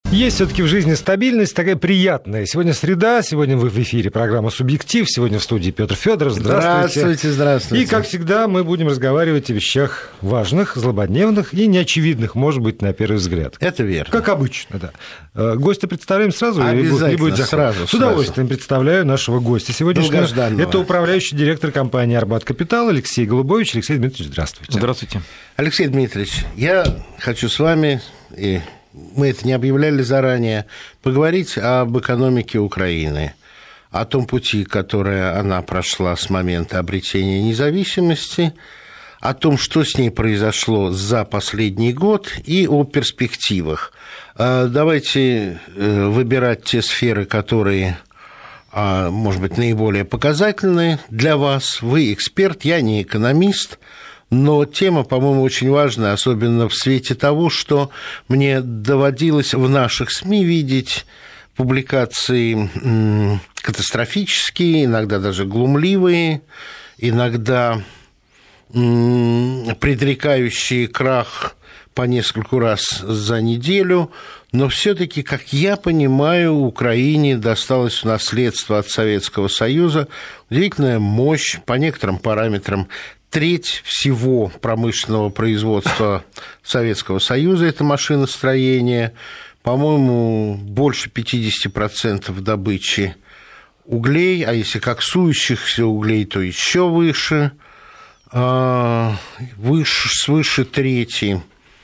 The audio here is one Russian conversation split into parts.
Есть все-таки в жизни стабильность такая приятная. Сегодня среда, сегодня в эфире программа «Субъектив», сегодня в студии Петр Федоров. Здравствуйте. Здравствуйте. И, как всегда, мы будем разговаривать о вещах важных, злободневных и неочевидных, может быть, на первый взгляд. Это верно. Как обычно, да. Гостя представляем сразу? Обязательно, сразу. С удовольствием представляю нашего гостя сегодняшнего. Это управляющий директор компании «Арбат Капитал» Алексей Голубович. Алексей Дмитриевич, здравствуйте. Здравствуйте. Алексей Дмитриевич, я хочу с вами... Мы это не объявляли заранее, поговорить об экономике Украины, о том пути, который она прошла с момента обретения независимости, о том, что с ней произошло за последний год, и о перспективах. Давайте выбирать те сферы, которые, может быть, наиболее показательны для вас. Вы эксперт, я не экономист. Но тема, по-моему, очень важная, особенно в свете того, что мне доводилось в наших СМИ видеть публикации катастрофические, иногда даже глумливые, иногда предрекающие крах по нескольку раз за неделю. Но все-таки, как я понимаю, Украине досталось в наследство от Советского Союза удивительная мощь, по некоторым параметрам, треть всего промышленного производства Советского Союза – это машиностроение. По-моему, больше 50% добычи углей, а если коксующихся углей, то еще выше, свыше трети,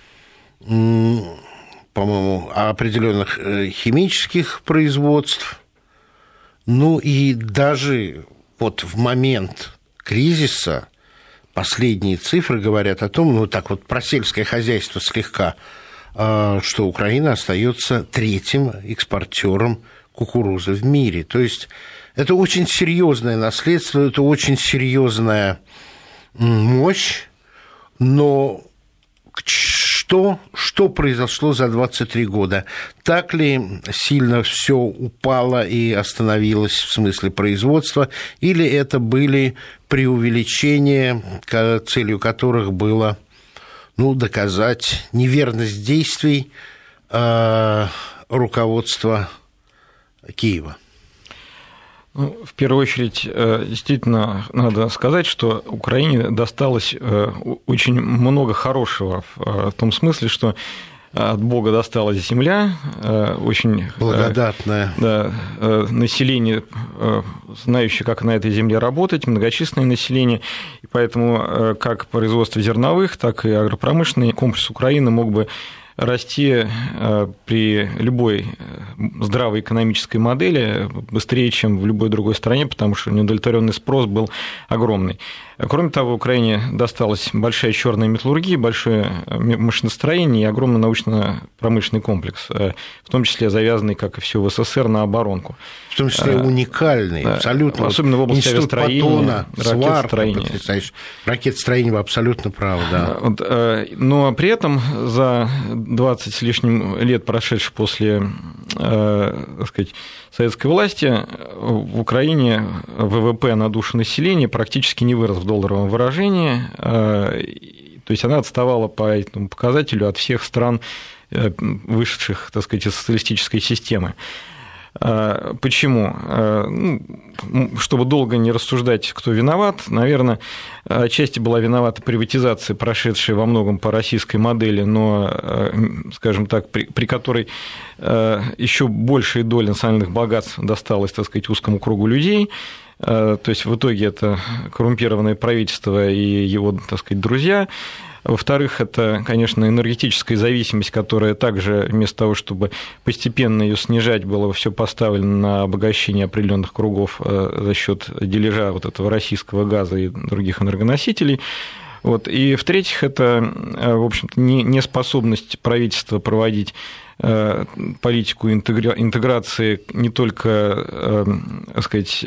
по-моему, определенных химических производств. Ну и даже вот в момент кризиса последние цифры говорят о том, ну так вот про сельское хозяйство слегка, что Украина остается третьим экспортером кукурузы в мире. То есть это очень серьезное наследство, это очень серьезная мощь, но что произошло за 23 года? Так ли сильно все упало и остановилось в смысле производства, или это были преувеличения, целью которых было доказать неверность действий руководства Киева? В первую очередь, действительно, надо сказать, что Украине досталось очень много хорошего в том смысле, что от Бога досталась земля, очень благодатное население, знающее, как на этой земле работать, многочисленное население, и поэтому как производство зерновых, так и агропромышленный комплекс Украины мог бы расти при любой здравой экономической модели быстрее, чем в любой другой стране, потому что неудовлетворенный спрос был огромный. Кроме того, Украине досталась большая черная металлургия, большое машиностроение и огромный научно-промышленный комплекс, в том числе завязанный, как и все в СССР, на оборонку. В том числе уникальный, абсолютно. Особенно в области авиастроения, ракетостроения. Ракетостроение, вы абсолютно правы, да. Но при этом за 20 с лишним лет, прошедших после, так сказать, советской власти, в Украине ВВП на душу населения практически не вырос в долларовом выражении, то есть она отставала по этому показателю от всех стран, вышедших, так сказать, из социалистической системы. Почему? Чтобы долго не рассуждать, кто виноват, наверное, отчасти была виновата приватизация, прошедшая во многом по российской модели, но, скажем так, при которой еще большая доля национальных богатств досталась, так сказать, узкому кругу людей. То есть в итоге это коррумпированное правительство и его, так сказать, друзья. Во-вторых, это, конечно, энергетическая зависимость, которая также вместо того, чтобы постепенно ее снижать, было все поставлено на обогащение определенных кругов за счет дележа вот этого российского газа и других энергоносителей. Вот. И в-третьих, это, в общем-то, неспособность правительства проводить политику интеграции не только, так сказать,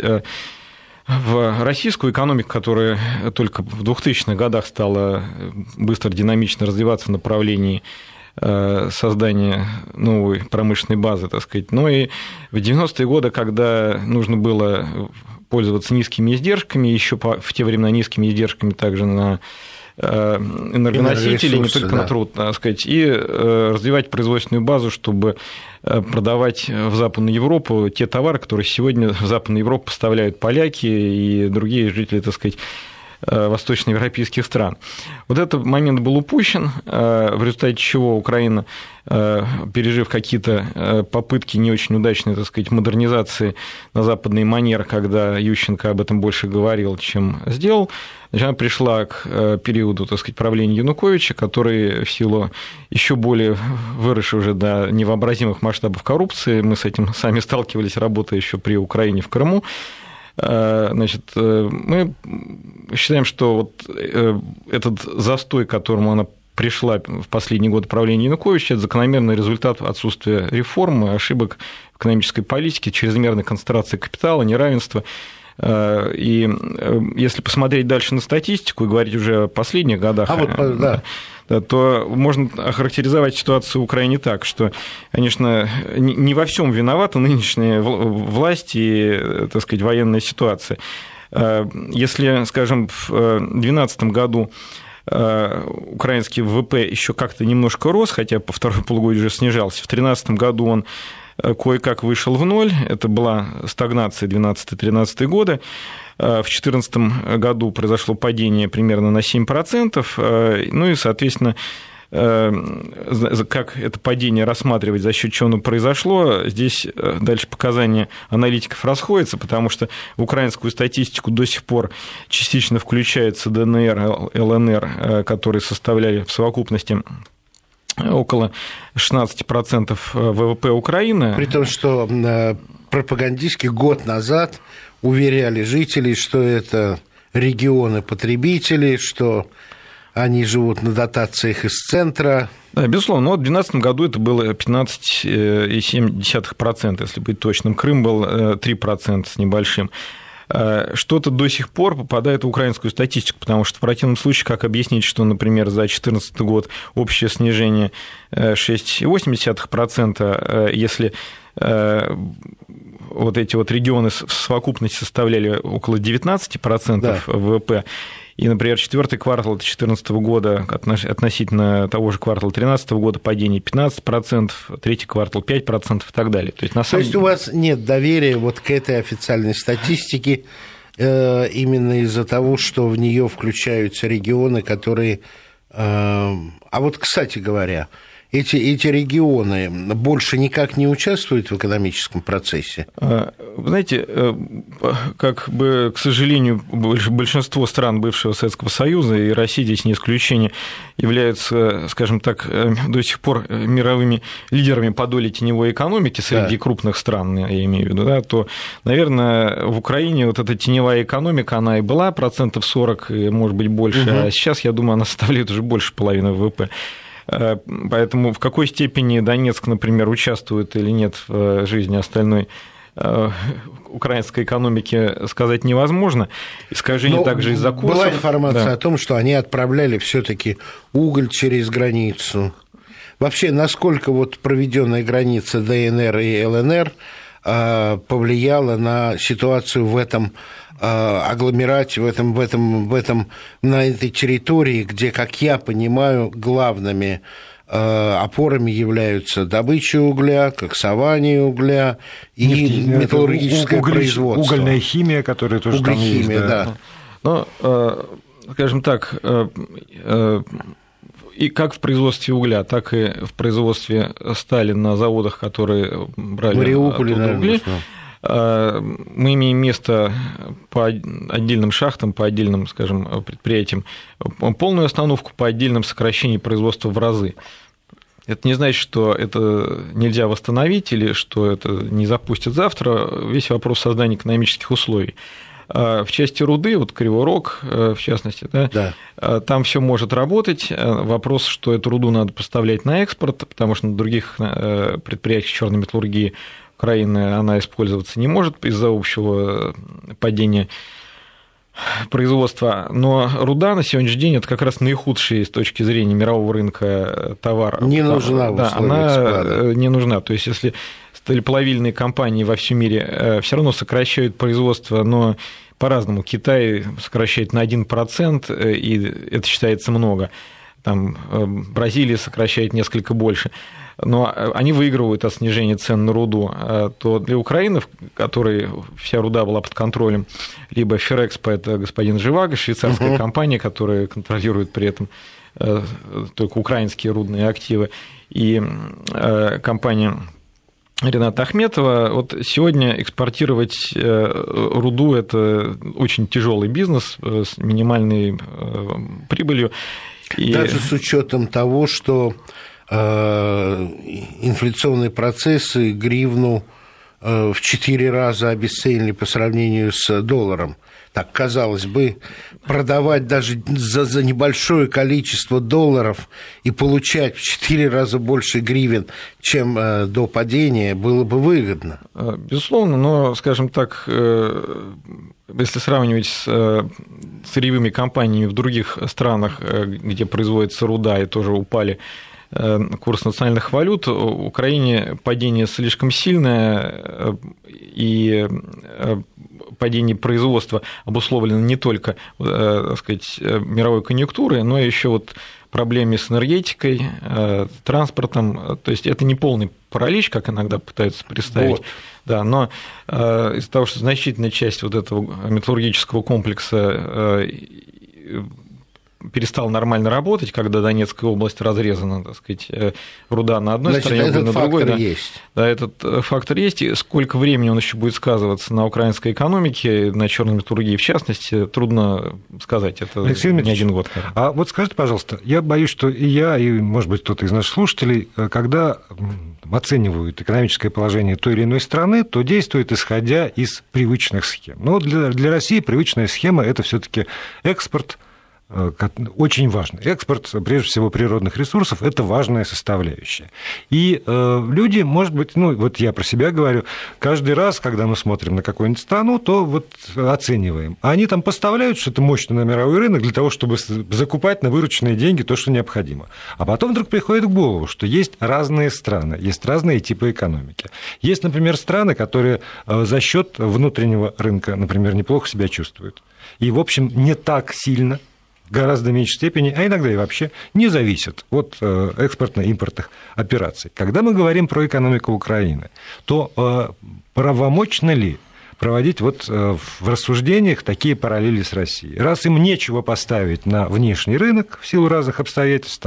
в российскую экономику, которая только в 2000-х годах стала быстро, динамично развиваться в направлении создания новой промышленной базы, так сказать, но и в 90-е годы, когда нужно было пользоваться низкими издержками, еще в те времена низкими издержками также на энергоносители, не только на труд, так сказать, и развивать производственную базу, чтобы продавать в Западную Европу те товары, которые сегодня в Западную Европу поставляют поляки и другие жители, так сказать, восточноевропейских стран. Вот этот момент был упущен, в результате чего Украина, пережив какие-то попытки не очень удачной, так сказать, модернизации на западный манер, когда Ющенко об этом больше говорил, чем сделал, она пришла к периоду, так сказать, правления Януковича, который в силу еще более выросшей уже до невообразимых масштабов коррупции, мы с этим сами сталкивались, работая еще при Украине в Крыму, значит, мы считаем, что вот этот застой, к которому она пришла в последние годы правления Януковича, это закономерный результат отсутствия реформы, ошибок в экономической политике, чрезмерной концентрации капитала, неравенства. И если посмотреть дальше на статистику и говорить уже о последних годах, то можно охарактеризовать ситуацию в Украине так, что, конечно, не во всем виновата нынешняя власть и, так сказать, военная ситуация. Если, скажем, в 2012 году украинский ВВП еще как-то немножко рос, хотя по второй полугодию уже снижался, в 2013 году он кое-как вышел в ноль, это была стагнация 12-13 годы. В 2014 году произошло падение примерно на 7%, ну и, соответственно, как это падение рассматривать, за счет чего оно произошло, здесь дальше показания аналитиков расходятся, потому что в украинскую статистику до сих пор частично включаются ДНР, ЛНР, которые составляли в совокупности около 16% ВВП Украины. При том, что пропагандистски год назад уверяли жителей, что это регионы-потребители, что они живут на дотациях из центра. Да, безусловно, но в 2012 году это было 15,7%, если быть точным. Крым был 3% с небольшим. Что-то до сих пор попадает в украинскую статистику, потому что в противном случае, как объяснить, что, например, за 2014 год общее снижение 6,8%, если вот эти вот регионы в совокупности составляли около 19% ВВП, и, например, четвертый квартал 2014 года относительно того же квартала 2013 года падение 15%, третий квартал 5% и так далее. То есть у вас нет доверия вот к этой официальной статистике именно из-за того, что в нее включаются регионы, которые... А вот, кстати говоря, эти регионы больше никак не участвуют в экономическом процессе? Вы знаете, как бы, к сожалению, большинство стран бывшего Советского Союза, и Россия здесь не исключение, являются, скажем так, до сих пор мировыми лидерами по доле теневой экономики среди крупных стран, я имею в виду, да, то, наверное, в Украине вот эта теневая экономика, она и была 40%, и, может быть, больше, а сейчас, я думаю, она составляет уже больше половины ВВП. Поэтому в какой степени Донецк, например, участвует или нет в жизни остальной украинской экономики, сказать невозможно. Искажение также из-за курсов. Была информация о том, что они отправляли все-таки уголь через границу. Вообще, насколько вот проведенная граница ДНР и ЛНР повлияла на ситуацию в этом агломерате, на этой территории, где, как я понимаю, главными опорами являются добыча угля, коксование угля и металлургическое производство. Угольная химия, которая тоже там есть. Да. Но, скажем так, и как в производстве угля, так и в производстве стали на заводах, которые брали оттуда угли, мы имеем место по отдельным шахтам, по отдельным, скажем, предприятиям, полную остановку по отдельным сокращениям производства в разы. Это не значит, что это нельзя восстановить или что это не запустят завтра. Весь вопрос создания экономических условий. В части руды, вот Кривой Рог, в частности, там все может работать. Вопрос, что эту руду надо поставлять на экспорт, потому что на других предприятиях черной металлургии Украины она использоваться не может из-за общего падения производства. Но руда на сегодняшний день – это как раз наихудший с точки зрения мирового рынка товар. Не нужна в условиях склада. Она не нужна. То есть, если сталеплавильные компании во всем мире все равно сокращают производство, но по-разному. Китай сокращает на 1%, и это считается много. Там Бразилия сокращает несколько больше. Но они выигрывают от снижения цен на руду. То для Украины, в которой вся руда была под контролем, либо Феррекспо, это господин Живаго, швейцарская компания, которая контролирует при этом только украинские рудные активы, и компания Рената Ахметова. Вот сегодня экспортировать руду – это очень тяжелый бизнес с минимальной прибылью. Даже с учетом того, что инфляционные процессы гривну в 4 раза обесценили по сравнению с долларом. Так, казалось бы, продавать даже за небольшое количество долларов и получать в 4 раза больше гривен, чем до падения, было бы выгодно. Безусловно, но, скажем так, если сравнивать с сырьевыми компаниями в других странах, где производится руда и тоже упали курс национальных валют, в Украине падение слишком сильное, и падение производства обусловлено не только, так сказать, мировой конъюнктурой, но еще вот проблемами с энергетикой, транспортом. То есть это не полный паралич, как иногда пытаются представить. Вот. Да, но из-за того, что значительная часть вот этого металлургического комплекса перестал нормально работать, когда Донецкая область разрезана, так сказать, руда на одной стороне, на другой. Да, есть. Да, этот фактор есть. И сколько времени он еще будет сказываться на украинской экономике, на черной металлургии в частности, трудно сказать. Это Алексей не один год. А вот скажите, пожалуйста, я боюсь, что и я, и, может быть, кто-то из наших слушателей, когда оценивают экономическое положение той или иной страны, то действуют исходя из привычных схем. Но для России привычная схема – это все-таки экспорт. Очень важно. Экспорт, прежде всего, природных ресурсов – это важная составляющая. И люди, может быть, ну, вот я про себя говорю, каждый раз, когда мы смотрим на какую-нибудь страну, то вот оцениваем. Они там поставляют что-то мощное на мировой рынок для того, чтобы закупать на вырученные деньги то, что необходимо. А потом вдруг приходит в голову, что есть разные страны, есть разные типы экономики. Есть, например, страны, которые за счет внутреннего рынка, например, неплохо себя чувствуют. И, в общем, не так сильно, в гораздо меньшей степени, а иногда и вообще не зависят от экспортно-импортных операций. Когда мы говорим про экономику Украины, то правомочно ли проводить вот в рассуждениях такие параллели с Россией? Раз им нечего поставить на внешний рынок в силу разных обстоятельств,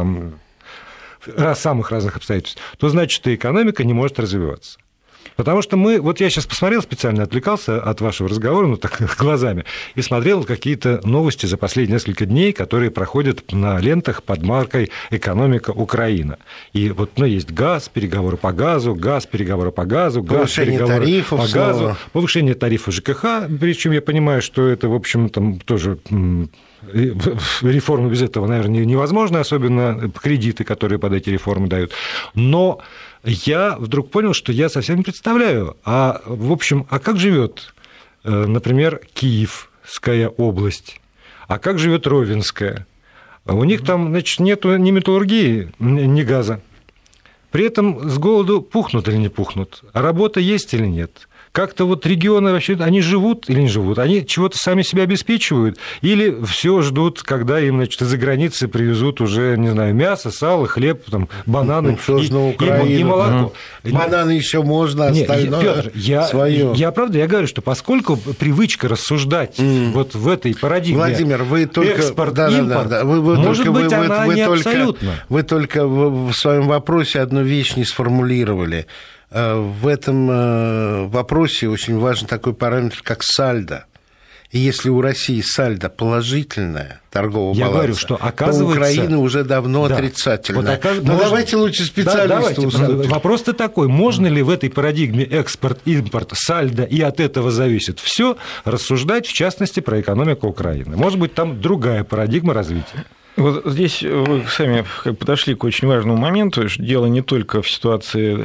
самых разных обстоятельств, то значит, и экономика не может развиваться. Потому что вот я сейчас посмотрел, специально отвлекался от вашего разговора, ну так, глазами, и смотрел какие-то новости за последние несколько дней, которые проходят на лентах под маркой «Экономика Украина». И вот, есть газ, переговоры по газу, переговоры по газу, повышение тарифов по газу, повышение тарифов ЖКХ, причем я понимаю, что это, в общем, там тоже реформы без этого, наверное, невозможно, особенно кредиты, которые под эти реформы дают. Но я вдруг понял, что я совсем не представляю, как живет, например, Киевская область, а как живет Ровенская. У них там, значит, нету ни металлургии, ни газа. При этом с голоду пухнут или не пухнут, а работа есть или нет. Как-то вот регионы вообще, они живут или не живут? Они чего-то сами себя обеспечивают? Или все ждут, когда им, значит, из-за границы привезут уже, не знаю, мясо, сало, хлеб, там, бананы и молоко? Бананы еще можно, остальное свое. Я говорю, что поскольку привычка рассуждать вот в этой парадигме Владимир, вы только... экспорт, импорт, может быть, она не абсолютно. Вы только в своем вопросе одну вещь не сформулировали. В этом вопросе очень важен такой параметр, как сальдо. И если у России сальдо положительное торгового баланса, говорю, что, оказывается, то у Украины уже давно отрицательное. Давайте лучше специалисту. Вопрос-то такой, можно ли в этой парадигме экспорт-импорт, сальдо, и от этого зависит все, рассуждать, в частности, про экономику Украины? Может быть, там другая парадигма развития? Вот здесь вы сами подошли к очень важному моменту. Дело не только в ситуации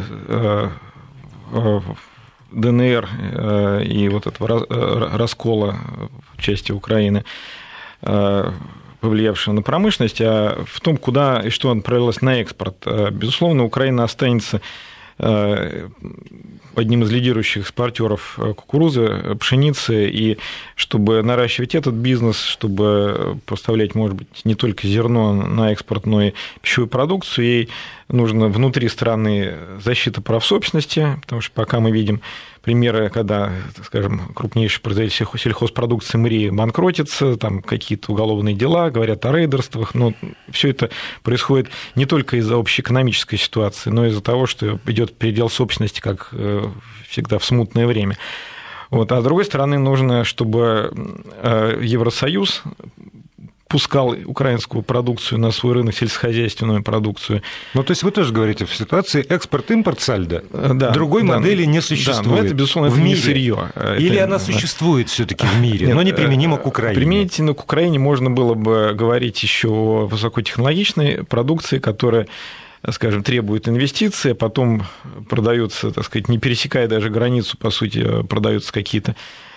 ДНР и вот этого раскола в части Украины, повлиявшего на промышленность, а в том, куда и что направилось на экспорт. Безусловно, Украина останется одним из лидирующих экспортеров кукурузы, пшеницы, и чтобы наращивать этот бизнес, чтобы поставлять, может быть, не только зерно на экспорт, но и пищевую продукцию, ей нужно внутри страны защита прав собственности, потому что пока мы видим примеры, когда, скажем, крупнейший производитель сельхозпродукции МРИ банкротится, там какие-то уголовные дела, говорят о рейдерствах, но все это происходит не только из-за общеэкономической ситуации, но и из-за того, что идет передел собственности, как всегда в смутное время. Вот. А с другой стороны, нужно, чтобы Евросоюз пускал украинскую продукцию на свой рынок, сельскохозяйственную продукцию. Ну, то есть вы тоже говорите, в ситуации экспорт-импорт сальдо, другой модели не существует, но это, безусловно, в мире. Не сырье. Или она существует все-таки в мире, но не применима к Украине. Применительно к Украине можно было бы говорить еще о высокотехнологичной продукции, которая, скажем, требует инвестиций, а потом продаются, так сказать, не пересекая даже границу, по сути, продаются какие-то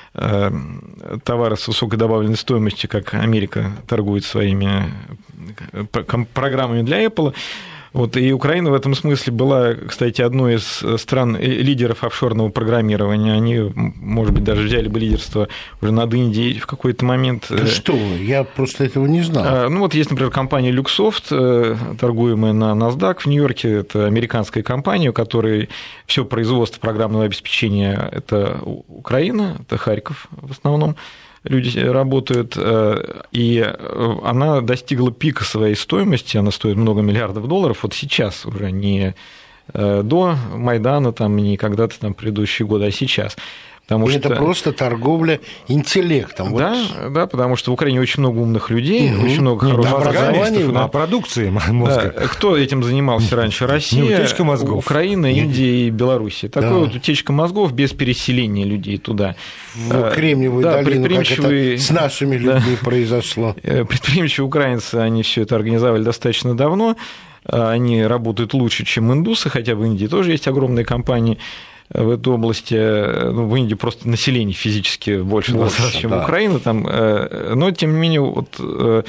товары с высокой добавленной стоимостью, как Америка торгует своими программами для Apple. Вот, и Украина в этом смысле была, кстати, одной из стран лидеров офшорного программирования. Они, может быть, даже взяли бы лидерство уже над Индией в какой-то момент. Да что вы, я просто этого не знал. Ну вот есть, например, компания Luxoft, торгуемая на NASDAQ в Нью-Йорке. Это американская компания, у которой все производство программного обеспечения – это Украина, это Харьков в основном. Люди работают, и она достигла пика своей стоимости, она стоит много миллиардов долларов, вот сейчас уже, не до Майдана, там, не когда-то там предыдущие годы, а сейчас. Потому что... Это просто торговля интеллектом. Да, вот. Да, потому что в Украине очень много умных людей, очень много хороших программистов, да. Продукции мозга. Да. Кто этим занимался раньше? Россия, Украина, Индия и Белоруссия. Такая вот утечка мозгов без переселения людей туда. В Кремниевую долину, как это с нашими людьми произошло. Предприимчивые украинцы, они все это организовали достаточно давно. Они работают лучше, чем индусы, хотя в Индии тоже есть огромные компании в этой области. Ну, в Индии просто население физически больше, чем в Украине. Там, но, тем не менее, вот,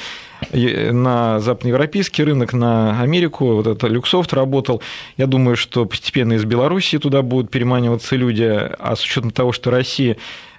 на западноевропейский рынок, на Америку вот это Luxoft работал. Я думаю, что постепенно из Белоруссии туда будут переманиваться люди, а с учетом того, что Россия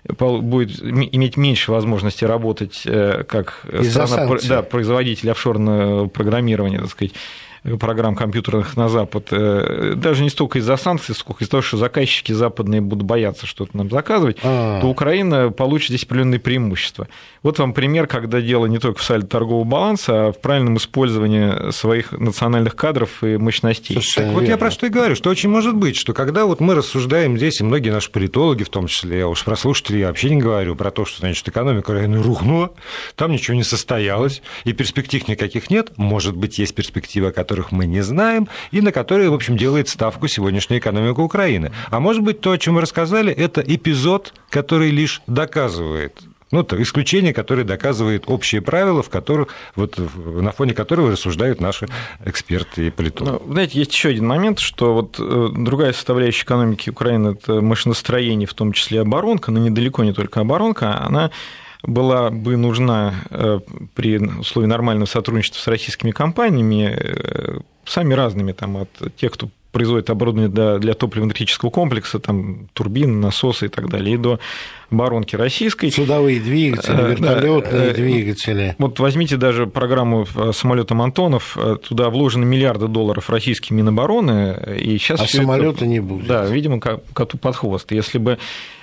будет иметь меньше возможности работать как страна, производитель офшорного программирования, так сказать, программ компьютерных на Запад, даже не столько из-за санкций, сколько из-за того, что заказчики западные будут бояться что-то нам заказывать, то Украина получит здесь определенные преимущества. Вот вам пример, когда дело не только в сальдо торгового баланса, а в правильном использовании своих национальных кадров и мощностей. Так вот я про что и говорю, что очень может быть, что когда вот мы рассуждаем здесь, и многие наши политологи, в том числе, я уж про слушателей я вообще не говорю, про то, что, значит, экономика Украины рухнула, там ничего не состоялось, и перспектив никаких нет, может быть, есть перспективы, которых мы не знаем, и на которые, в общем, делает ставку сегодняшняя экономика Украины. А может быть, то, о чем мы рассказали, это эпизод, который лишь доказывает, ну, то исключение, которое доказывает общие правила, в которых, вот, на фоне которого рассуждают наши эксперты и политологи. Ну, знаете, есть еще один момент, что вот другая составляющая экономики Украины – это машиностроение, в том числе оборонка, но недалеко не только оборонка, она была бы нужна при условии нормального сотрудничества с российскими компаниями, самыми разными, там, от тех, кто производит оборудование для топливно-энергетического комплекса, там, турбины, насосы и так далее, и до оборонки российской. Судовые двигатели, вертолетные двигатели. Вот возьмите даже программу самолета Антонов, туда вложены миллиарды долларов российские Минобороны, и сейчас самолета не будет. Да, видимо, коту под хвост. Если бы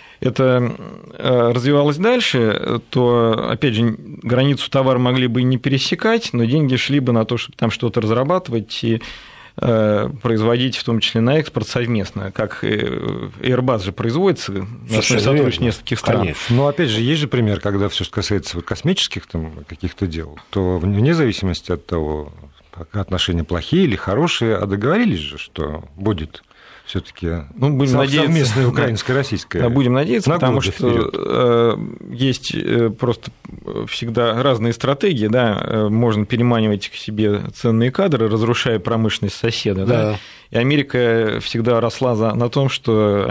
это развивалось дальше, то, опять же, границу товара могли бы и не пересекать, но деньги шли бы на то, чтобы там что-то разрабатывать и производить, в том числе на экспорт совместно, как Airbus же производится на основе сотрудничества нескольких стран. Конечно. Но, опять же, есть же пример, когда все, что касается космических там, каких-то дел, то вне зависимости от того, отношения плохие или хорошие, а договорились же, что будет все-таки совместное украинско-российское. Да, будем надеяться, потому что есть просто всегда разные стратегии, да, можно переманивать к себе ценные кадры, разрушая промышленность соседа, да. И Америка всегда росла на том, что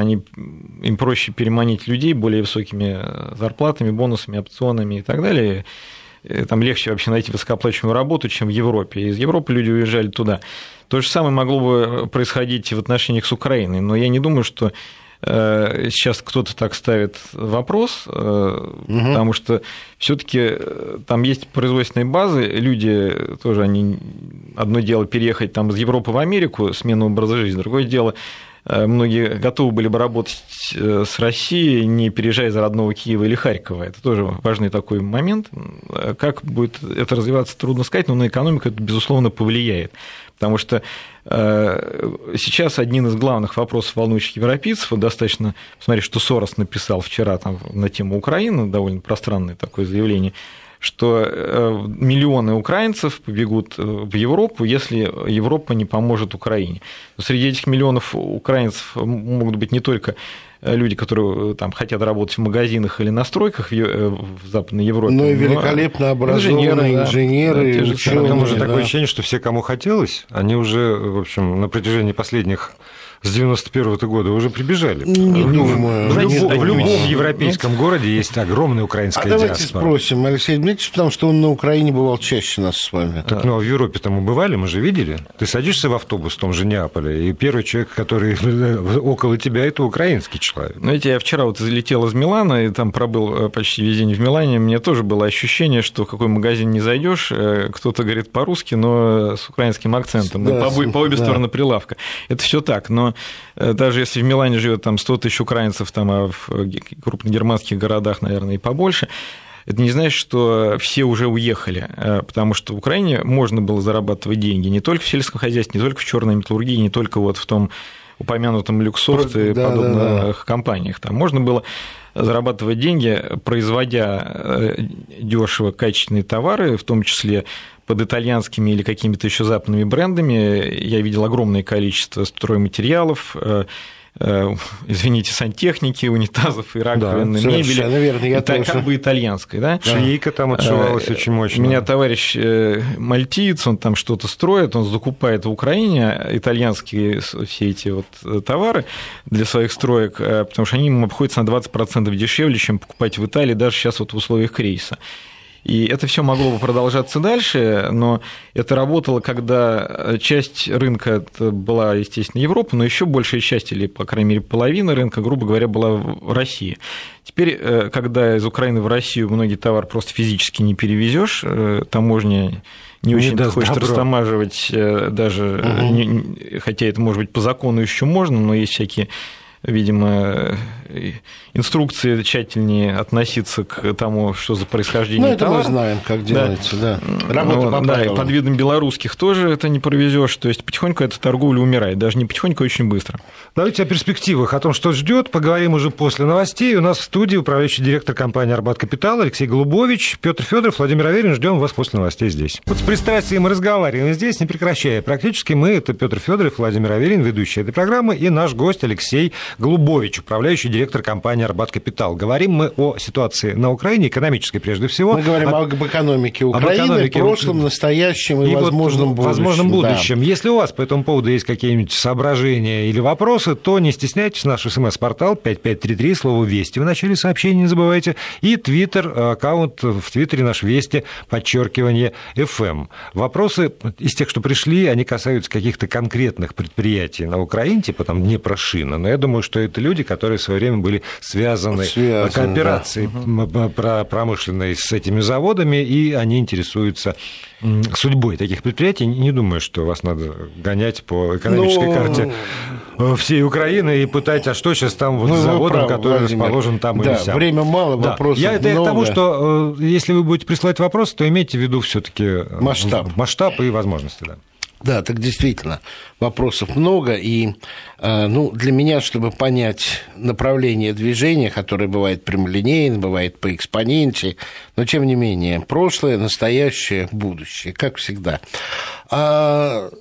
им проще переманить людей более высокими зарплатами, бонусами, опционами и так далее. Там легче вообще найти высокооплачиваемую работу, чем в Европе. Из Европы люди уезжали туда. То же самое могло бы происходить в отношениях с Украиной, но я не думаю, что сейчас кто-то так ставит вопрос, потому что все-таки там есть производственные базы, люди тоже, они одно дело переехать там из Европы в Америку, смена образа жизни, другое дело, многие готовы были бы работать с Россией, не переезжая из родного Киева или Харькова. Это тоже важный такой момент. Как будет это развиваться, трудно сказать, но на экономику это, безусловно, повлияет. Потому что сейчас один из главных вопросов, волнующих европейцев, вот достаточно посмотреть, что Сорос написал вчера там, на тему Украины, довольно пространное такое заявление, что миллионы украинцев побегут в Европу, если Европа не поможет Украине. Но среди этих миллионов украинцев могут быть не только люди, которые там хотят работать в магазинах или на стройках в Западной Европе. Но и великолепно образованные инженеры. Да, ученые, уже такое ощущение, что все, кому хотелось, они уже, в общем, на протяжении последних с 91-го года уже прибежали. Не думаю. В любом европейском городе есть огромная украинская диаспора. Давайте спросим Алексея Дмитриевича, потому что он на Украине бывал чаще нас с вами. Так, ну, а в Европе-то мы бывали, мы же видели. Ты садишься в автобус в том же Неаполе, и первый человек, который около тебя, это украинский человек. Знаете, я вчера вот залетел из Милана, и там пробыл почти весь день в Милане, мне тоже было ощущение, что в какой магазин не зайдешь, кто-то говорит по-русски, но с украинским акцентом, да, по обе стороны прилавка. Это все так, но даже если в Милане живет там 100 тысяч украинцев, там, а в крупных германских городах, наверное, и побольше, это не значит, что все уже уехали, потому что в Украине можно было зарабатывать деньги не только в сельском хозяйстве, не только в черной металлургии, не только вот в том упомянутом Люксофт и подобных компаниях. Там можно было зарабатывать деньги, производя дешево качественные товары, в том числе под итальянскими или какими-то еще западными брендами. Я видел огромное количество стройматериалов, извините, сантехники, унитазов и раковин, да, мебели, верно, как бы итальянской. Да? Швейка там отшивалась очень мощно. У меня товарищ мальтиец, он там что-то строит, он закупает в Украине итальянские все эти вот товары для своих строек, потому что они ему обходятся на 20% дешевле, чем покупать в Италии, даже сейчас вот в условиях кризиса. И это все могло бы продолжаться дальше, но это работало, когда часть рынка была, естественно, Европа, но еще большая часть, или, по крайней мере, половина рынка, грубо говоря, была в России. Теперь, когда из Украины в Россию многие товары просто физически не перевезешь, таможня не очень хочет растамаживать даже, хотя это, может быть, по закону еще можно, но есть всякие, видимо, инструкции тщательнее относиться к тому, что за происхождение товара. Мы знаем, как делается, да. Работа да, и под видом белорусских тоже это не провезешь. То есть потихоньку эта торговля умирает. Даже не потихоньку, а очень быстро. Давайте о перспективах, о том, что ждет, поговорим уже после новостей. У нас в студии управляющий директор компании «Арбат Капитал» Алексей Голубович, Петр Федоров, Владимир Аверин. Ждем вас после новостей здесь. Вот с пристрастием мы разговариваем здесь, не прекращая. Практически мы, это Петр Федоров, Владимир Аверин, ведущий этой программы, и наш гость Алексей Голубович, управляющий директор компании «Арбат Капитал». Говорим мы о ситуации на Украине, экономической прежде всего. Мы говорим об экономике Украины, прошлом, настоящем и возможном будущем. Возможном будущем. Да. Если у вас по этому поводу есть какие-нибудь соображения или вопросы, то не стесняйтесь, наш СМС-портал 5533, слово «Вести» в начале сообщения не забывайте, и Твиттер, аккаунт в Твиттере наш «Вести», _FM. Вопросы из тех, что пришли, они касаются каких-то конкретных предприятий на Украине, типа там Днепрошина, но я думаю, что это люди, которые в свое время были связаны кооперацией промышленной с этими заводами, и они интересуются судьбой таких предприятий. Не думаю, что вас надо гонять по экономической карте всей Украины и пытать, а что сейчас там вот с заводом, который расположен там или сям. Время мало, вопросов много. Я к тому, что если вы будете присылать вопросы, то имейте в виду все-таки масштаб и возможности. Да. Да, так действительно, вопросов много, и для меня, чтобы понять направление движения, которое бывает прямолинейно, бывает по экспоненте, но тем не менее, прошлое, настоящее, будущее, как всегда. В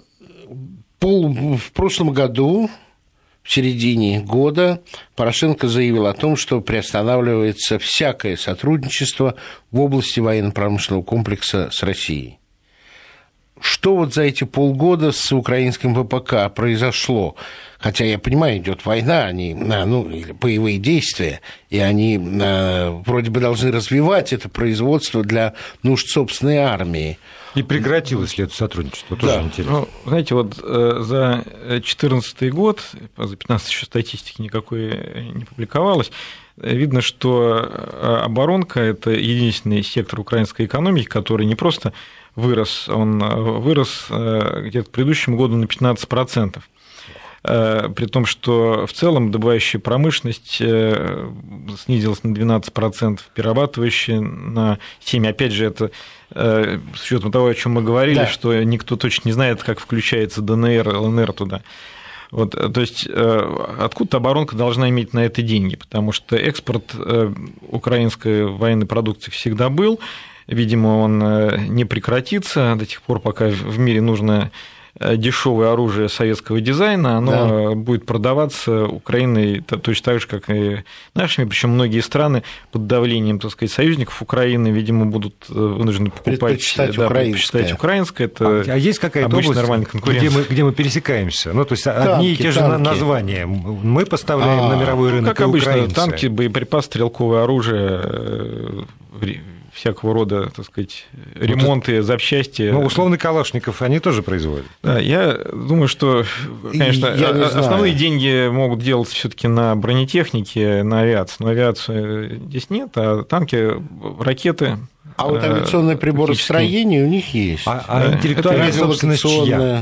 прошлом году, в середине года, Порошенко заявил о том, что приостанавливается всякое сотрудничество в области военно-промышленного комплекса с Россией. Что вот за эти полгода с украинским ВПК произошло? Хотя, я понимаю, идет война, они, боевые действия, и они вроде бы должны развивать это производство для нужд собственной армии. И прекратилось ли это сотрудничество? Тоже интересно. Знаете, вот за 2014 год, за 2015 еще статистики никакой не публиковалось, видно, что оборонка – это единственный сектор украинской экономики, который не просто вырос, он вырос где-то к предыдущему году на 15%. При том, что в целом добывающая промышленность снизилась на 12%, перерабатывающая на 7%. Опять же, это с учетом того, о чем мы говорили, что никто точно не знает, как включается ДНР, ЛНР туда. Вот, то есть откуда-то оборонка должна иметь на это деньги, потому что экспорт украинской военной продукции всегда был, видимо, он не прекратится до тех пор, пока в мире нужно дешевое оружие советского дизайна, оно будет продаваться Украиной точно так же, как и нашими, причем многие страны под давлением, так сказать, союзников Украины, видимо, будут вынуждены покупать предпочитать украинское. Это есть какая-то область, где мы пересекаемся? Ну, то есть одни и те же названия. Мы поставляем на мировой рынок, как обычно, украинцы. Танки, боеприпасы, стрелковое оружие, всякого рода, так сказать, ремонты, запчасти. Ну, условный Калашников они тоже производят. Да, я думаю, что, конечно, основные деньги могут делаться все-таки на бронетехнике, на авиации. Но авиацию здесь нет, а танки, ракеты. А вот авиационное приборостроение у них есть. А интеллектуальная собственность чья?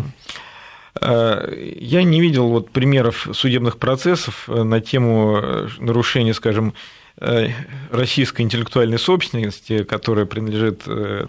Я не видел вот примеров судебных процессов на тему нарушения, скажем, российской интеллектуальной собственности, которая принадлежит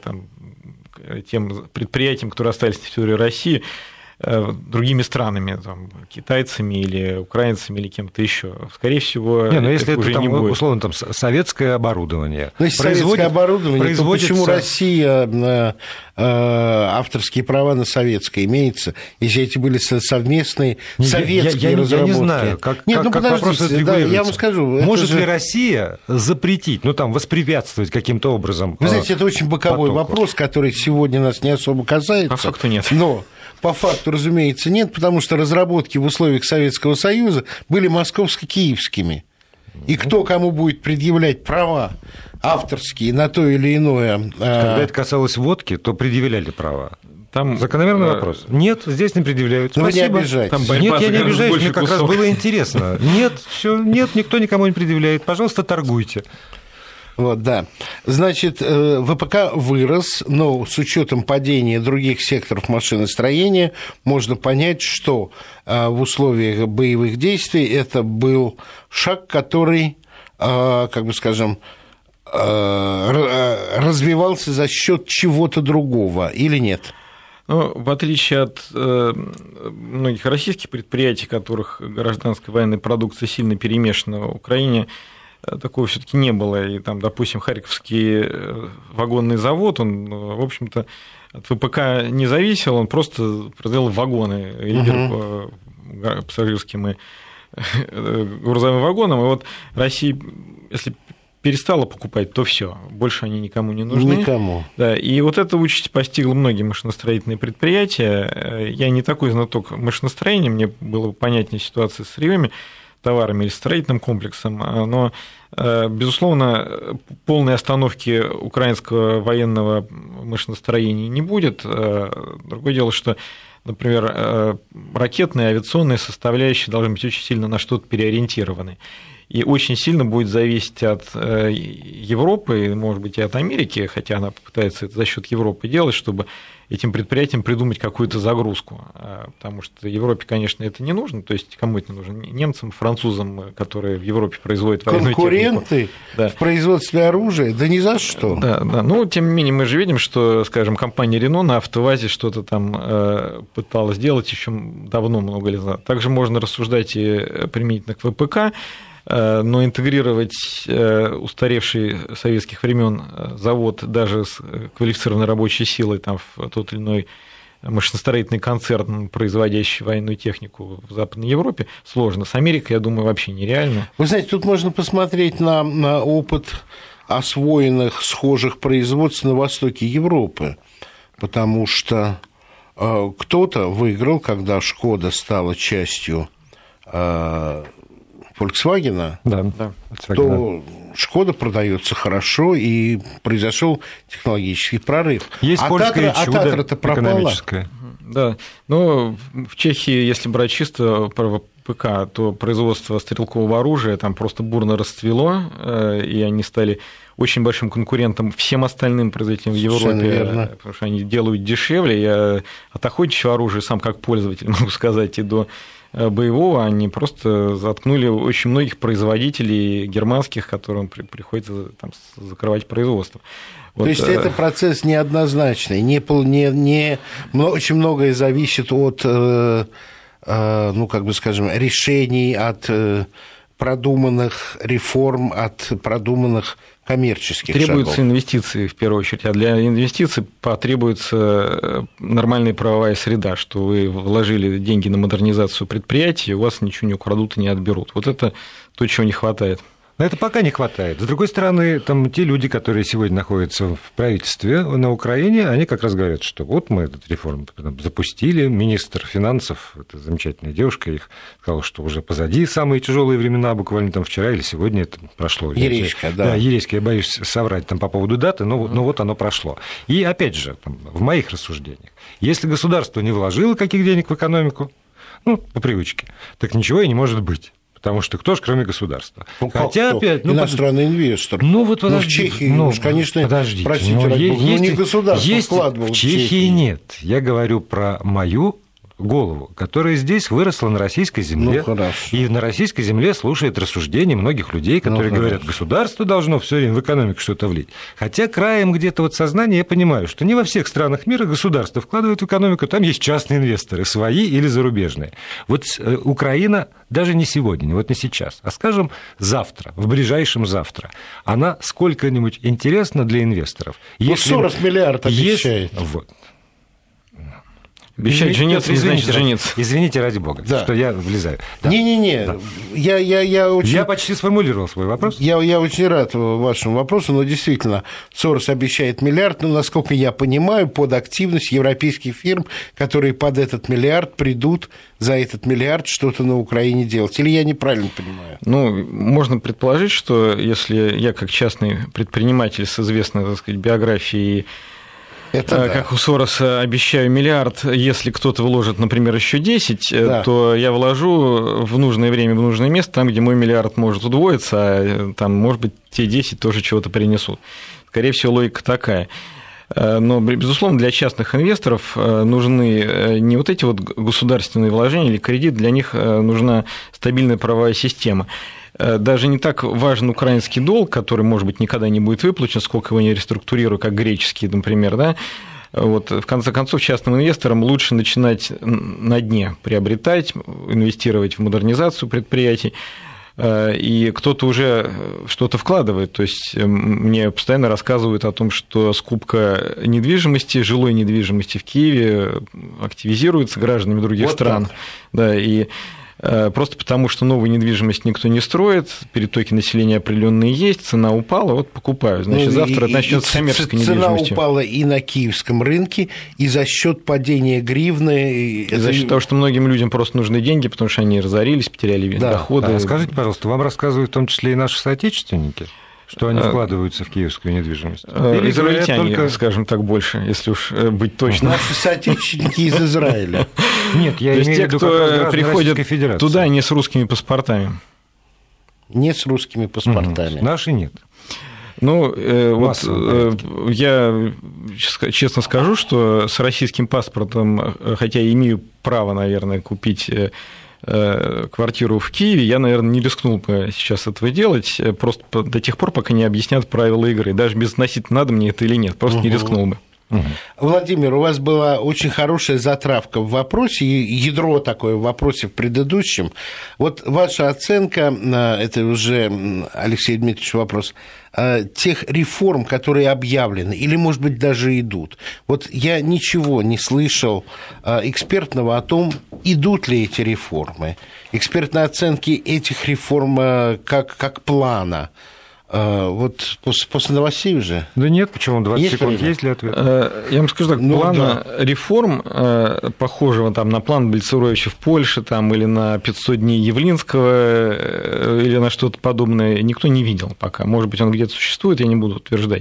тем предприятиям, которые остались на территории России, другими странами, китайцами или украинцами или кем-то еще. Скорее всего, если это уже там, не будет. Условно, советское оборудование. Если советское оборудование, то почему Россия авторские права на советское имеется, если эти были совместные советские разработки? Я не знаю, как вопрос регулируется. Я вам скажу. Может ли Россия запретить, воспрепятствовать каким-то образом? Вы знаете, это очень боковой вопрос, который сегодня нас не особо касается. По факту нет. Но по факту, разумеется, нет, потому что разработки в условиях Советского Союза были московско-киевскими. И кто кому будет предъявлять права авторские на то или иное... Когда это касалось водки, то предъявляли права. Там закономерный вопрос. Нет, здесь не предъявляют. Спасибо. Вы не обижаетесь. Нет, я не обижаюсь, мне как раз было интересно. Нет, никто никому не предъявляет. Пожалуйста, торгуйте. Вот, да. Значит, ВПК вырос, но с учетом падения других секторов машиностроения можно понять, что в условиях боевых действий это был шаг, который, развивался за счет чего-то другого, или нет? Ну, в отличие от многих российских предприятий, в которых гражданская военная продукция сильно перемешана в Украине, такого все-таки не было. И там, допустим, Харьковский вагонный завод, он, в общем-то, от ВПК не зависел, он просто произвел вагоны, лидер по пассажирским и грузовым вагонам. И вот Россия, если перестала покупать, то все, больше они никому не нужны. Никому. Да, и вот эта участь постигла многие машиностроительные предприятия. Я не такой знаток машиностроения, мне было понятнее ситуация с сырьевыми товарами или строительным комплексом, но, безусловно, полной остановки украинского военного машиностроения не будет. Другое дело, что, например, ракетные, авиационные составляющие должны быть очень сильно на что-то переориентированы. И очень сильно будет зависеть от Европы, может быть, и от Америки, хотя она попытается это за счет Европы делать, чтобы этим предприятиям придумать какую-то загрузку. Потому что Европе, конечно, это не нужно. То есть кому это не нужно? Немцам, французам, которые в Европе производят военную технику. Конкуренты в производстве оружия? Да ни за что. Да. Но, тем не менее, мы же видим, что, скажем, компания Renault на АвтоВАЗе что-то там пыталась делать еще давно, много лет назад. Также можно рассуждать и применительно к ВПК, но интегрировать устаревший советских времен завод даже с квалифицированной рабочей силой там, в тот или иной машиностроительный концерн, производящий военную технику в Западной Европе, сложно. С Америкой, я думаю, вообще нереально. Вы знаете, тут можно посмотреть на опыт освоенных схожих производств на востоке Европы, потому что кто-то выиграл, когда «Шкода» стала частью Volkswagen, да. то Шкода продается хорошо, и произошел технологический прорыв. Есть польское чудо Татра-то пропала. экономическое. Да, но в Чехии, если брать чисто ПК, то производство стрелкового оружия там просто бурно расцвело, и они стали очень большим конкурентом всем остальным производителям в Европе, потому что они делают дешевле. Я от охотничьего оружия, сам как пользователь могу сказать, и до боевого, они просто заткнули очень многих производителей германских, которым приходится там закрывать производство. То есть это процесс неоднозначный, очень многое зависит от, решений, от продуманных реформ, от продуманных коммерческих Требуются шагов. инвестиции, в первую очередь. А для инвестиций потребуется нормальная правовая среда, что вы вложили деньги на модернизацию предприятий, у вас ничего не украдут и не отберут. Вот это то, чего не хватает. Но это пока не хватает. С другой стороны, там те люди, которые сегодня находятся в правительстве на Украине, они как раз говорят, что вот мы эту реформу запустили, министр финансов, это замечательная девушка, их сказала, что уже позади самые тяжелые времена, буквально там вчера или сегодня это прошло. Ереська, да. Да, Ереська, я боюсь соврать там по поводу даты, но вот оно прошло. И опять же, там, в моих рассуждениях, если государство не вложило каких денег в экономику, по привычке, так ничего и не может быть. Потому что кто ж, кроме государства? Хотя опять, иностранный инвестор. В Чехии, конечно, подождите, простите, не государство вкладывало. В Чехии нет. Я говорю про мою голову, которая здесь выросла на российской земле, и на российской земле слушает рассуждения многих людей, которые говорят, государство должно все время в экономику что-то влить. Хотя краем где-то сознания я понимаю, что не во всех странах мира государство вкладывает в экономику, там есть частные инвесторы, свои или зарубежные. Вот Украина даже не сегодня, не сейчас, а, скажем, завтра, в ближайшем завтра, она сколько-нибудь интересна для инвесторов. 40 миллиардов обещает. Обещать жениться не значит жениться. Извините, ради бога, что я влезаю. Не-не-не, я почти сформулировал свой вопрос. Я очень рад вашему вопросу, но действительно, Сорос обещает миллиард, но, насколько я понимаю, под активность европейских фирм, которые под этот миллиард придут за этот миллиард что-то на Украине делать. Или я неправильно понимаю? Можно предположить, что если я как частный предприниматель с известной, так сказать, биографией, как у Сороса, обещаю миллиард, если кто-то вложит, например, еще 10, то я вложу в нужное время, в нужное место, там, где мой миллиард может удвоиться, а там, может быть, те 10 тоже чего-то принесут. Скорее всего, логика такая. Но, безусловно, для частных инвесторов нужны не вот эти государственные вложения или кредит, для них нужна стабильная правовая система. Даже не так важен украинский долг, который, может быть, никогда не будет выплачен, сколько его не реструктурирую, как греческий, например, да. В конце концов, частным инвесторам лучше начинать на дне приобретать, инвестировать в модернизацию предприятий, и кто-то уже что-то вкладывает. То есть мне постоянно рассказывают о том, что скупка недвижимости, жилой недвижимости в Киеве активизируется гражданами других стран. Да, и просто потому, что новую недвижимость никто не строит, перетоки населения определенные есть, цена упала, покупают. Значит, завтра начнется коммерческая недвижимость. Цена упала и на киевском рынке, и за счет падения гривны. И за счет того, что многим людям просто нужны деньги, потому что они разорились, потеряли доходы. Скажите, пожалуйста, вам рассказывают в том числе и наши соотечественники, что они вкладываются в киевскую недвижимость? Или израильтяне, скажем так, больше, если уж быть точным. Наши соотечественники из Израиля. Нет, я имею в виду, кто приходят туда не с русскими паспортами. Не с русскими паспортами. Наши нет. Я честно скажу, что с российским паспортом, хотя и имею право, наверное, купить квартиру в Киеве, я, наверное, не рискнул бы сейчас этого делать, просто до тех пор, пока не объяснят правила игры. Даже безотносительно, надо мне это или нет, просто не рискнул бы. Владимир, у вас была очень хорошая затравка в вопросе, ядро такое в вопросе в предыдущем. Вот ваша оценка, это уже, Алексей Дмитриевич, вопрос, тех реформ, которые объявлены, или, может быть, даже идут. Вот я ничего не слышал экспертного о том, идут ли эти реформы. Экспертные оценки этих реформ как плана. Вот после новостей уже? Да нет, почему? 20 секунд есть для ответа. Я вам скажу так, плана реформ, похожего там на план Бельцеровича в Польше там, или на 500 дней Явлинского, или на что-то подобное, никто не видел пока. Может быть, он где-то существует, я не буду утверждать.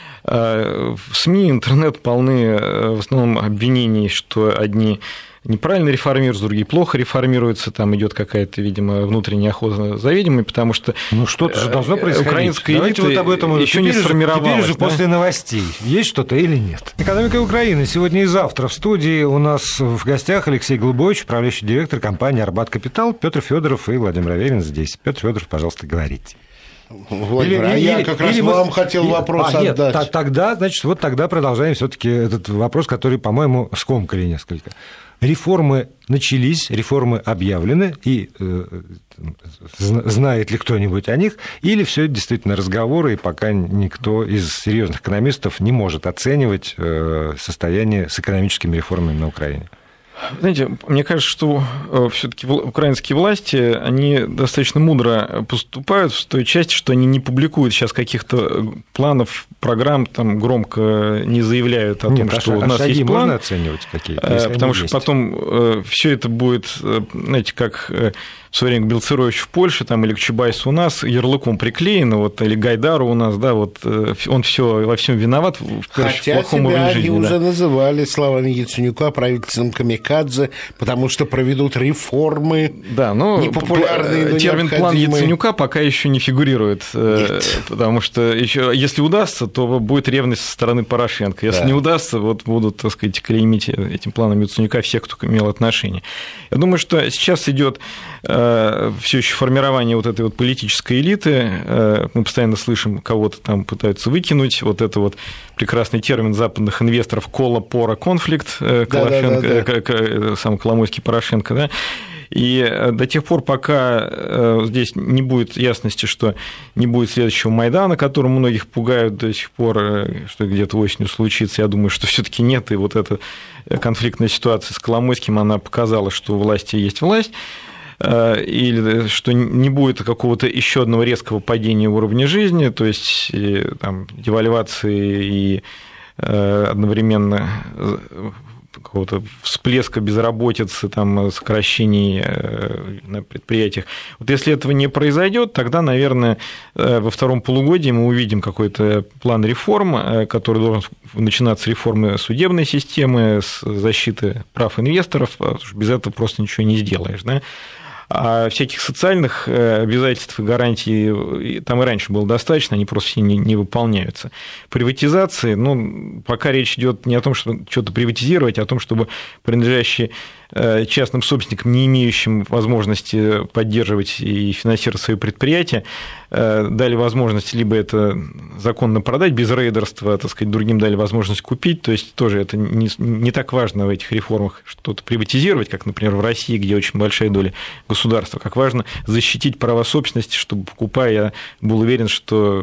В СМИ, интернет полны в основном обвинений, что одни неправильно реформируются, другие плохо реформируются, там идет какая-то, видимо, внутренняя охота за ведьмами, потому что что-то же должно происходить. Украинская элита вот об этом еще не сформировалась. Теперь же после новостей есть что-то или нет? Экономика Украины. Сегодня и завтра в студии у нас в гостях Алексей Голубович, управляющий директор компании «Арбат Капитал», Петр Федоров и Владимир Аверин здесь. Петр Федоров, пожалуйста, говорите. Владимир, я как раз вам хотел вопрос отдать. Нет, тогда, значит, вот тогда продолжаем все-таки этот вопрос, который, по-моему, скомкали несколько. Реформы начались, реформы объявлены, и знает ли кто-нибудь о них, или все это действительно разговоры, и пока никто из серьезных экономистов не может оценивать состояние с экономическими реформами на Украине? Знаете, мне кажется, что все-таки украинские власти, они достаточно мудро поступают в той части, что они не публикуют сейчас каких-то планов, программ, там громко не заявляют о том, что у нас есть план. Можно оценивать какие-то? Потому что потом все это будет, знаете, как в свое время Бельцерович в Польше там, или к Чубайсу у нас ярлыком приклеено, вот, или Гайдару у нас, да, вот он все во всем виноват в плохом уровне жизни. Они уже называли словами Яценюка правительством камикадзе, потому что проведут реформы, да, но непопулярные, но термин «план Яценюка» пока еще не фигурирует, потому что еще, если удастся, то будет ревность со стороны Порошенко. Если не удастся, вот будут, так сказать, клеймить этим планом Яценюка всех, кто имел отношение. Я думаю, что сейчас идет все еще формирование вот этой вот политической элиты. Мы постоянно слышим, кого-то там пытаются выкинуть. Вот это вот прекрасный термин западных инвесторов «коло-пора-конфликт», сам Коломойский, Порошенко, да. И до тех пор, пока здесь не будет ясности, что не будет следующего Майдана, которым многих пугают до сих пор, что где-то осенью случится, я думаю, что все-таки нет. И вот эта конфликтная ситуация с Коломойским, она показала, что у власти есть власть, или что не будет какого-то еще одного резкого падения уровня жизни, то есть там, девальвации и одновременно какого-то всплеска безработицы, там, сокращений на предприятиях. Вот если этого не произойдет, тогда, наверное, во втором полугодии мы увидим какой-то план реформ, который должен начинаться с реформы судебной системы, с защиты прав инвесторов, потому что без этого просто ничего не сделаешь, да? А всяких социальных обязательств и гарантий там и раньше было достаточно, они просто все не выполняются. Приватизации, ну, пока речь идет не о том, чтобы что-то приватизировать, а о том, чтобы принадлежащие частным собственникам, не имеющим возможности поддерживать и финансировать свои предприятия, дали возможность либо это законно продать без рейдерства, так сказать, другим дали возможность купить, то есть тоже это не так важно в этих реформах что-то приватизировать, как, например, в России, где очень большая доля государства, как важно защитить права собственности, чтобы, покупая, я был уверен, что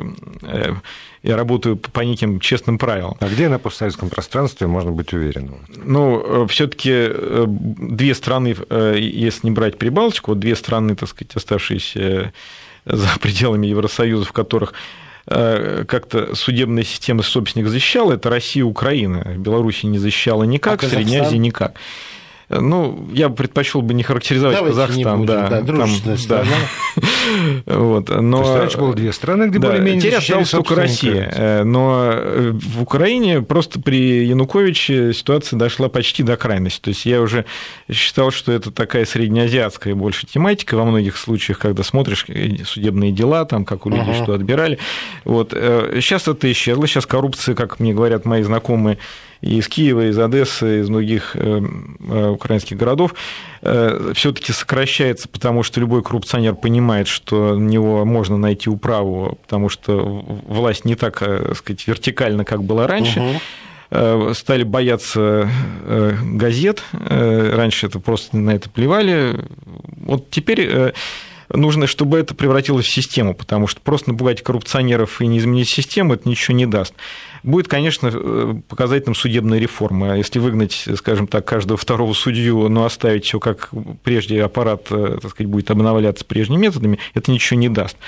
я работаю по неким честным правилам. А где на постсоветском пространстве можно быть уверенным? Ну, все-таки две страны, если не брать Прибалтику, вот две страны, так сказать, оставшиеся за пределами Евросоюза, в которых как-то судебная система собственников защищала, это Россия и Украина. Белоруссия не защищала никак, в Средней Азии никак. Ну, я бы предпочел бы не характеризовать Казахстан, дружественная страна. Вот, но... То есть раньше было две страны, где более-менее теперь осталась только Россия. Но в Украине просто при Януковиче ситуация дошла почти до крайности. То есть я уже считал, что это такая среднеазиатская больше тематика во многих случаях, когда смотришь судебные дела, там, как у людей что отбирали. Вот. Сейчас это исчезло, сейчас коррупция, как мне говорят мои знакомые, и из Киева, из Одессы, из многих украинских городов, все-таки сокращается, потому что любой коррупционер понимает, что на него можно найти управу, потому что власть не так, так сказать, вертикальна, как была раньше. Стали бояться газет, раньше это просто на это плевали. Вот теперь нужно, чтобы это превратилось в систему, потому что просто напугать коррупционеров и не изменить систему, это ничего не даст. Будет, конечно, показательным судебная реформа. Если выгнать, скажем так, каждого второго судью, но оставить все как прежде, аппарат, так сказать, будет обновляться прежними методами, это ничего не даст.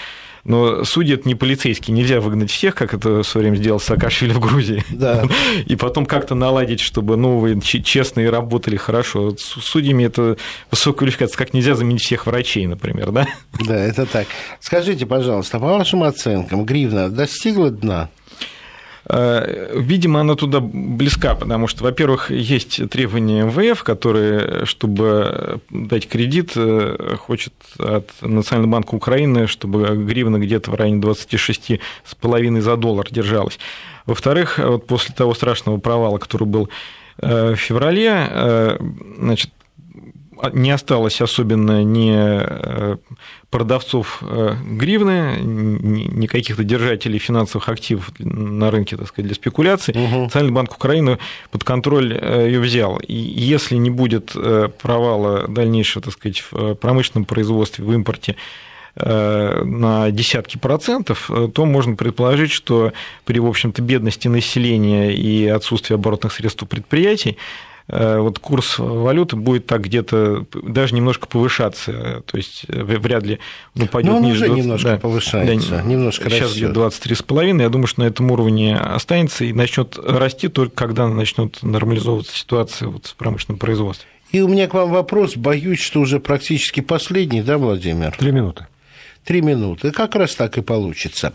Но судьи – это не полицейские, нельзя выгнать всех, как это в свое время сделал Саакашвили в Грузии, да. И потом как-то наладить, чтобы новые честные работали хорошо. С судьями это высокая квалификация, как нельзя заменить всех врачей, например, да? Да, это так. Скажите, пожалуйста, по вашим оценкам, гривна достигла дна? Видимо, она туда близка, потому что, во-первых, есть требования МВФ, которые, чтобы дать кредит, хочет от Национального банка Украины, чтобы гривна где-то в районе 26,5 за доллар держалась. Во-вторых, вот после того страшного провала, который был в феврале, значит, не осталось особенно ни продавцов гривны, ни каких-то держателей финансовых активов на рынке, так сказать, для спекуляций. Национальный банк Украины под контроль ее взял. И если не будет провала дальнейшего, так сказать, в промышленном производстве, в импорте на десятки процентов, то можно предположить, что при, в общем-то, бедности населения и отсутствии оборотных средств у предприятий вот курс валюты будет так где-то даже немножко повышаться, то есть вряд ли он упадет ниже. Он уже немножко повышается, да, немножко сейчас растет. где-то 23,5, я думаю, что на этом уровне останется и начнет расти только когда начнет нормализовываться ситуация вот в промышленном производстве. И у меня к вам вопрос, боюсь, что уже практически последний, да, Владимир? 3 минуты. 3 минуты, как раз так и получится.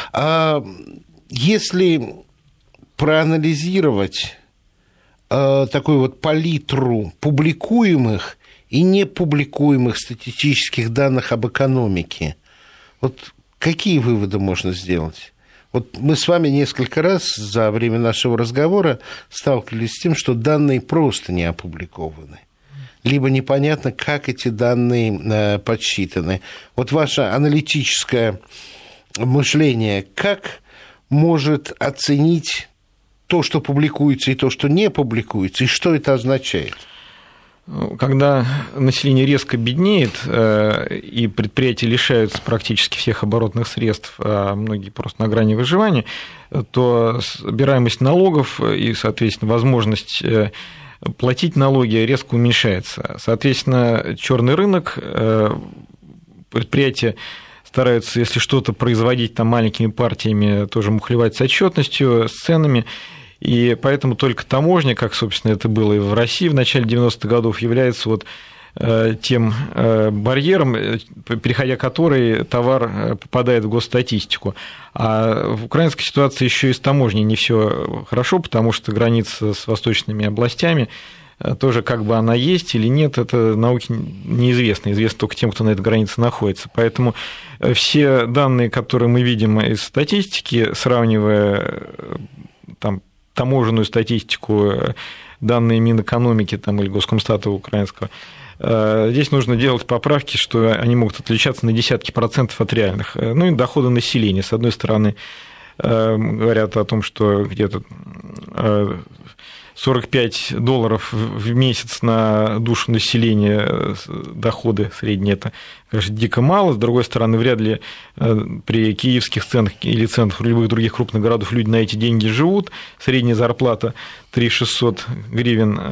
Если проанализировать такую вот палитру публикуемых и непубликуемых статистических данных об экономике, вот какие выводы можно сделать? Вот мы с вами несколько раз за время нашего разговора сталкивались с тем, что данные просто не опубликованы, либо непонятно, как эти данные подсчитаны. Вот ваше аналитическое мышление как может оценить то, что публикуется, и то, что не публикуется, и что это означает? Когда население резко беднеет, и предприятия лишаются практически всех оборотных средств, а многие просто на грани выживания, то собираемость налогов и, соответственно, возможность платить налоги резко уменьшается. Соответственно, черный рынок, предприятия стараются, если что-то производить там маленькими партиями, тоже мухлевать с отчетностью, с ценами. И поэтому только таможня, как, собственно, это было и в России в начале 90-х годов, является вот тем барьером, переходя который товар попадает в госстатистику. А в украинской ситуации еще и с таможней не все хорошо, потому что граница с восточными областями тоже как бы она есть или нет, это науке неизвестно. Известно только тем, кто на этой границе находится. Поэтому все данные, которые мы видим из статистики, сравнивая там таможенную статистику, данные Минэкономики там, или Госкомстата украинского, здесь нужно делать поправки, что они могут отличаться на десятки процентов от реальных. Ну и доходы населения. С одной стороны, говорят о том, что где-то $45 в месяц на душу населения доходы средние, это, конечно, дико мало. С другой стороны, вряд ли при киевских ценах или ценах любых других крупных городов люди на эти деньги живут. Средняя зарплата 3600 гривен,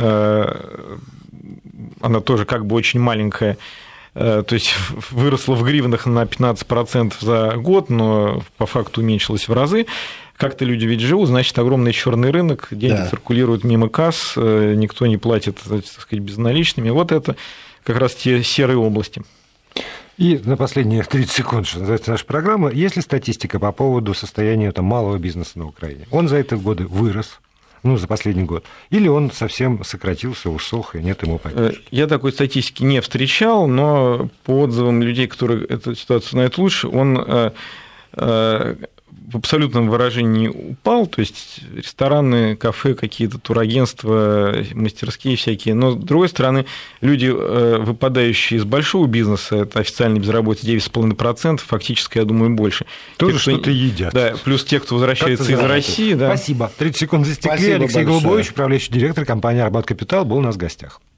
она тоже как бы очень маленькая. То есть выросла в гривнах на 15% за год, но по факту уменьшилась в разы. Как-то люди ведь живут, значит, огромный черный рынок, деньги циркулируют мимо касс, никто не платит, так сказать, безналичными. Вот это как раз те серые области. И на последние 30 секунд, что называется, наша программа, есть ли статистика по поводу состояния там, малого бизнеса на Украине? Он за эти годы вырос, за последний год, или он совсем сократился, усох, и нет ему поддержки? Я такой статистики не встречал, но по отзывам людей, которые эту ситуацию знают лучше, он в абсолютном выражении упал, то есть рестораны, кафе, какие-то турагентства, мастерские всякие, но, с другой стороны, люди, выпадающие из большого бизнеса, это официальная безработица 9,5%, фактически, я думаю, больше. Тоже что-то едят. Да, плюс те, кто возвращается из России. Да. Спасибо. 30 секунд застекли. Алексей Голубович, управляющий директор компании «Арбат Капитал», был у нас в гостях.